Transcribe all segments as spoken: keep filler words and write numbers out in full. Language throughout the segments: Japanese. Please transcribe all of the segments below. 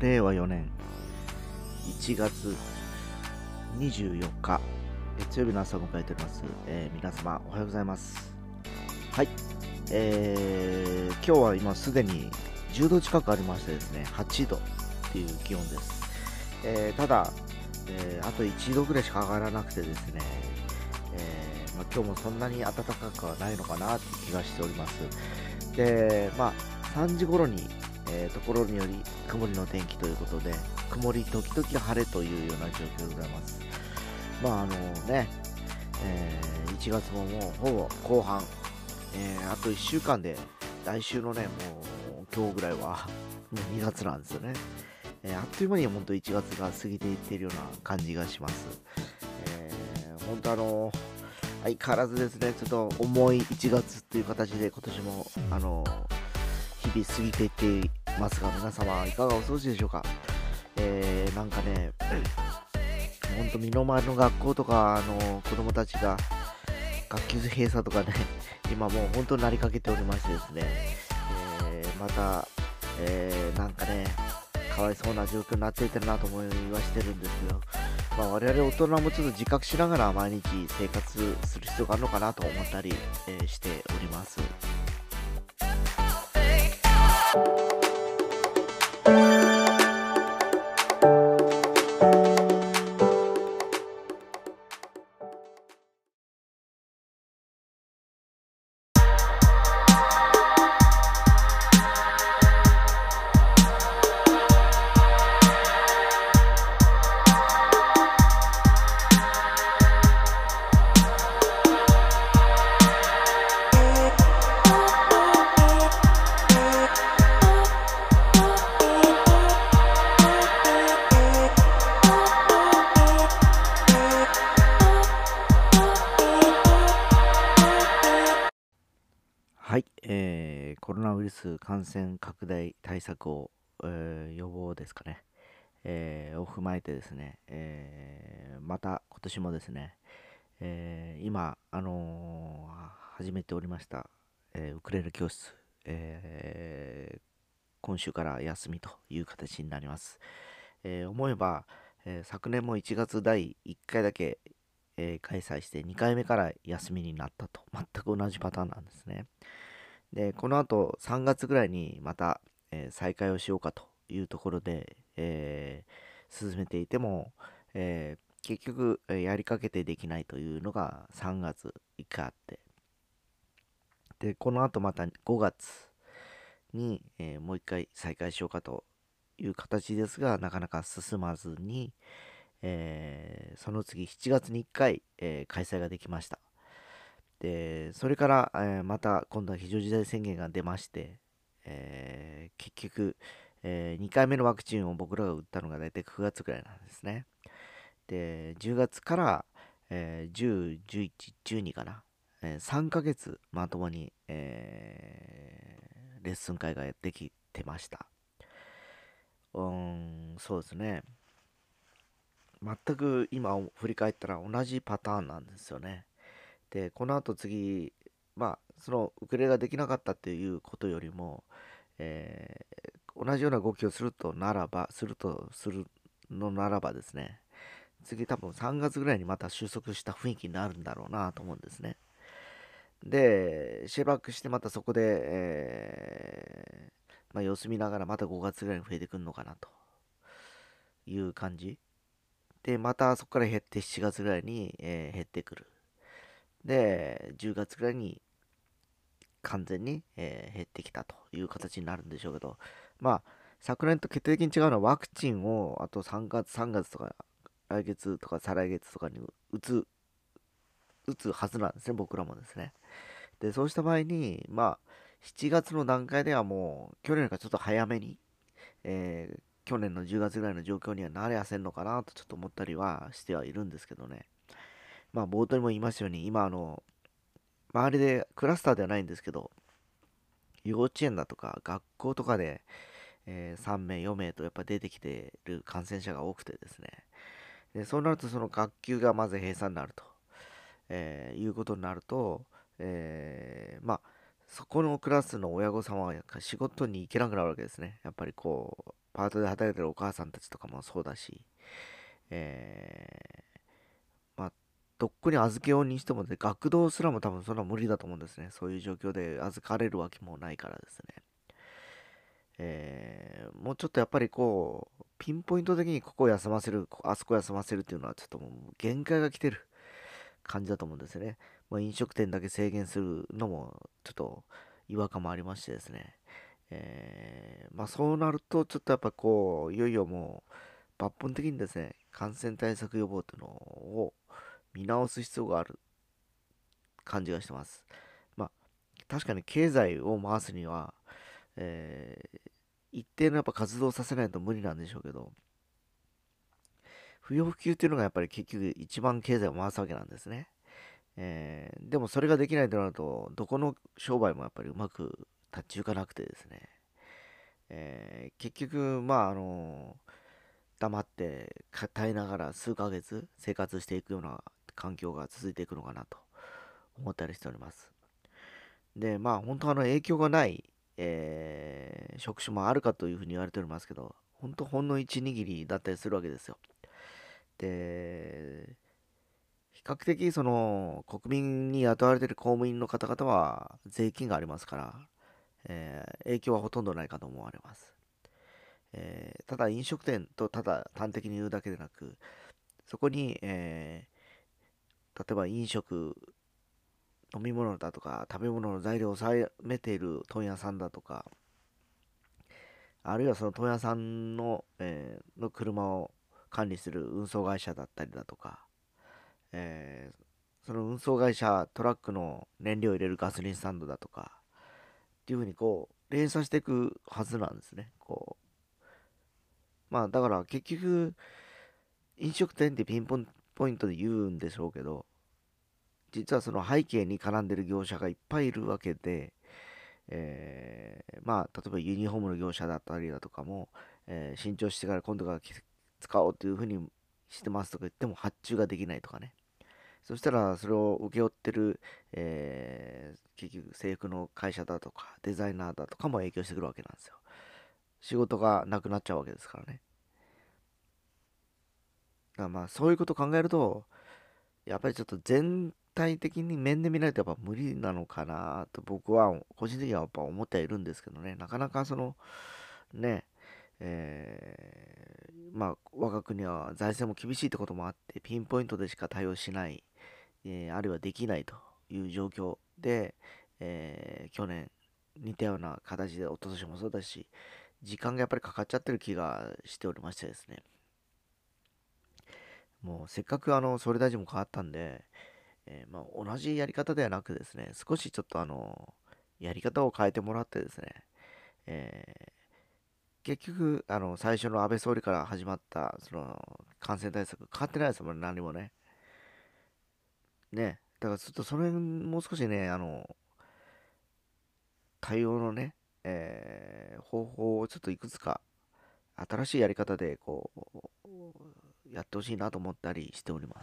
れいわよねんいちがつにじゅうよっか月曜日の朝を迎えております。えー皆様おはようございます。はい、えー今日は今すでにじゅうど近くありましてですね、はちどっていう気温です。えーただ、えーあといちどぐらいしか上がらなくてですね、えーまあ、今日もそんなに暖かくはないのかなって気がしております。で、まあ、さんじ頃に、えーところにより曇りの天気ということで、曇り時々晴れというような状況でございます。まああのね、えーいちがつももうほぼ後半、えーあといっしゅうかんで来週のね、もう今日ぐらいはもうにがつなんですよね。えーあっという間に本当いちがつが過ぎていっているような感じがします。えー、本当あの相変わらずですね、ちょっと重いいちがつっていう形で今年もあの日々過ぎていっていますが、皆様いかがお過ごしでしょうか。えー、なんかね、本当身の回りの学校とかの子供たちが学級閉鎖とかね、今もう本当になりかけておりましてですね、えーまた、えーなんかね、かわいそうな状況になっていってるなと思いはしてるんですけど、まあ、我々大人もちょっと自覚しながら毎日生活する必要があるのかなと思ったり、えーしております。はい、えーコロナウイルス感染拡大対策を、えー予防ですかね、えーを踏まえてですね、えーまた今年もですね、えー今、あのー始めておりました、えーウクレレ教室、えー今週から休みという形になります。えー思えば、えー昨年もいちがつだいいっかいだけ、えー開催してにかいめから休みになったと、全く同じパターンなんですね。で、この後さんがつぐらいにまた、えー再開をしようかというところで、えー進めていても、えー結局、えーやりかけてできないというのがさんがついっかいあって、で、この後またごがつに、えーもう一回再開しようかという形ですが、なかなか進まずに、えーその次しちがつにいっかい、えー開催ができました。で、それから、えーまた今度は非常事態宣言が出まして、えー結局、えーにかいめのワクチンを僕らが打ったのが大体くがつぐらいなんですね。で、じゅうがつから、えーじゅう、じゅういち、じゅうにかな、えーさんかげつまともに、えーレッスン会ができてました。うーん、そうですね。全く今振り返ったら同じパターンなんですよね。で、この後次、まあ、そのウクレレができなかったっていうことよりも、えー同じような動きをするとならば、するとするのならばですね、次多分さんがつぐらいにまた収束した雰囲気になるんだろうなと思うんですね。で、しばらくしてまたそこで、えーまあ、様子見ながらまたごがつぐらいに増えてくるのかなという感じ。で、またそこから減ってしちがつぐらいに、えー減ってくる。で、じゅうがつぐらいに完全に、えー減ってきたという形になるんでしょうけど、まあ、昨年と決定的に違うのはワクチンをあとさんがつ、さんがつとか来月とか再来月とかに打つ、打つはずなんですね、僕らもですね。で、そうした場合に、まあ、しちがつの段階ではもう、去年からちょっと早めに、えー去年のじゅうがつぐらいの状況にはなれやせんのかなとちょっと思ったりはしてはいるんですけどね。まあ、冒頭にも言いましたように、今、あの、周りでクラスターではないんですけど、幼稚園だとか学校とかで、えーさんめい、よめいとやっぱ出てきている感染者が多くてですね。で、そうなるとその学級がまず閉鎖になると、えーいうことになると、えーまあ、 そこのクラスの親御様は仕事に行けなくなるわけですね。やっぱりこう、パートで働いてるお母さんたちとかもそうだし、えー、まあ、どっこに預けようにしてもね、学童すらも多分そんな無理だと思うんですね。そういう状況で預かれるわけもないからですね。えー、もうちょっとやっぱりこう、ピンポイント的にここを休ませる、あそこを休ませるっていうのはちょっともう限界が来てる感じだと思うんですよね。まあ、飲食店だけ制限するのもちょっと違和感もありましてですね。えー、まあそうなるとちょっとやっぱこう、いよいよもう抜本的にですね、感染対策予防っていうのを見直す必要がある感じがしてます。まあ確かに経済を回すには、えー一定のやっぱ活動させないと無理なんでしょうけど、不要不急っていうのがやっぱり結局一番経済を回すわけなんですね。えーでもそれができないとなると、どこの商売もやっぱりうまく立ち行かなくてですね、えー結局、まあ、あの黙って耐えながら数ヶ月生活していくような環境が続いていくのかなと思ったりしております。で、まあ、本当あの影響がない、えー職種もあるかというふうに言われておりますけど、本当ほんの一握りだったりするわけですよ。で、比較的その国民に雇われている公務員の方々は税金がありますから、えー影響はほとんどないかと思われます。えーただ飲食店とただ端的に言うだけでなく、そこに、えー例えば飲食、飲み物だとか食べ物の材料を抑めている問屋さんだとか、あるいはその問屋さんの、えーの車を管理する運送会社だったりだとか、えーその運送会社、トラックの燃料を入れるガソリンスタンドだとか、っていうふうにこう、連鎖していくはずなんですね。こう。まあ、だから結局、飲食店ってピンポンポイントで言うんでしょうけど、実はその背景に絡んでる業者がいっぱいいるわけで、えーまあ、例えばユニフォームの業者だったりだとかも、えー新調してから今度から使おうというふうにしてますとか言っても発注ができないとかね。そしたらそれを請け負ってる、えー結局制服の会社だとかデザイナーだとかも影響してくるわけなんですよ。仕事がなくなっちゃうわけですからね。だからまあそういうことを考えると、やっぱりちょっと全体的に面で見ないとやっぱ無理なのかなと僕は個人的にはやっぱ思ってはいるんですけどね。なかなかそのね、えーまあ我が国は財政も厳しいってこともあってピンポイントでしか対応しない、えーあるいはできないという状況で、えー去年似たような形で一昨年もそうだし、時間がやっぱりかかっちゃってる気がしておりましてですね。もうせっかくあの総理大臣も変わったんで、えーまあ、同じやり方ではなくですね、少しちょっとあのやり方を変えてもらってですね、えー結局あの最初の安倍総理から始まったその感染対策変わってないですもん、何もね。ね。だからちょっとそれもう少しね、あの対応のね、えー方法をちょっといくつか新しいやり方でこうやってほしいなと思ったりしております。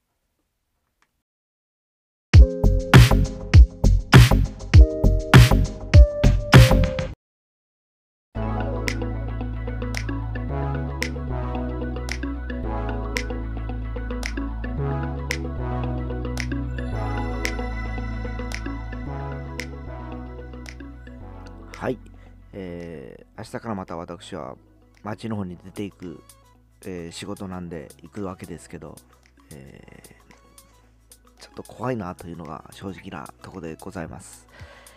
はい、えー明日からまた私は街の方に出ていく、えー仕事なんで行くわけですけど、えーちょっと怖いなというのが正直なところでございます。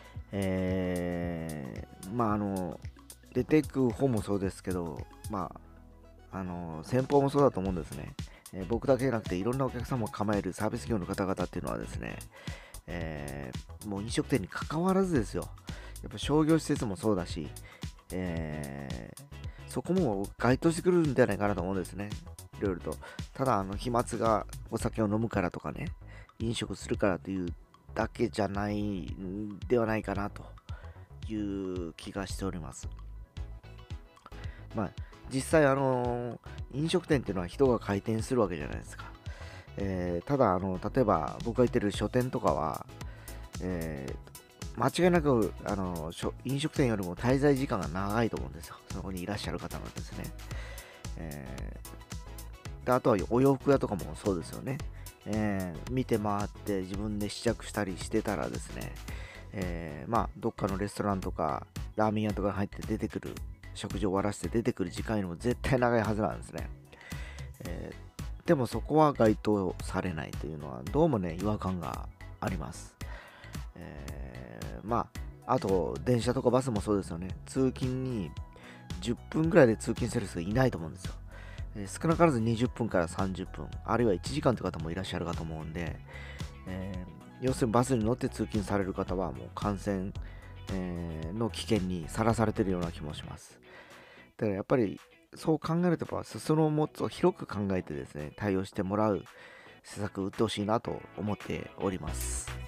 えーまああの出ていく方もそうですけど、まああの先方もそうだと思うんですね。えー僕だけじゃなくていろんなお客様を構えるサービス業の方々っていうのはですね、えーもう飲食店に関わらずですよ。やっぱ商業施設もそうだし、えーそこも該当してくるんじゃないかなと思うんですね。いろいろと。ただ、あの、飛沫がお酒を飲むからとかね、飲食するからというだけじゃないんではないかなという気がしております。まあ、実際、あの飲食店っていうのは人が回転するわけじゃないですか。えーただ、あの、例えば僕が行ってる書店とかは、えー間違いなくあの飲食店よりも滞在時間が長いと思うんですよ、そこにいらっしゃる方のですね。えー、であとはお洋服屋とかもそうですよね。えー、見て回って自分で試着したりしてたらですね、えー、まあどっかのレストランとかラーメン屋とかに入って出てくる、食事を終わらせて出てくる時間よりも絶対長いはずなんですね。えー、でもそこは該当されないというのはどうもね違和感があります。えー、まああと電車とかバスもそうですよね。通勤にじゅっぷんぐらいで通勤する人いないと思うんですよ。えー少なからずにじゅっぷんからさんじゅっぷん、あるいはいちじかんという方もいらっしゃるかと思うんで、えー要するにバスに乗って通勤される方はもう感染、えーの危険にさらされているような気もします。だからやっぱりそう考えると、裾野をもっと広く考えてですね、対応してもらう施策を打ってほしいなと思っております。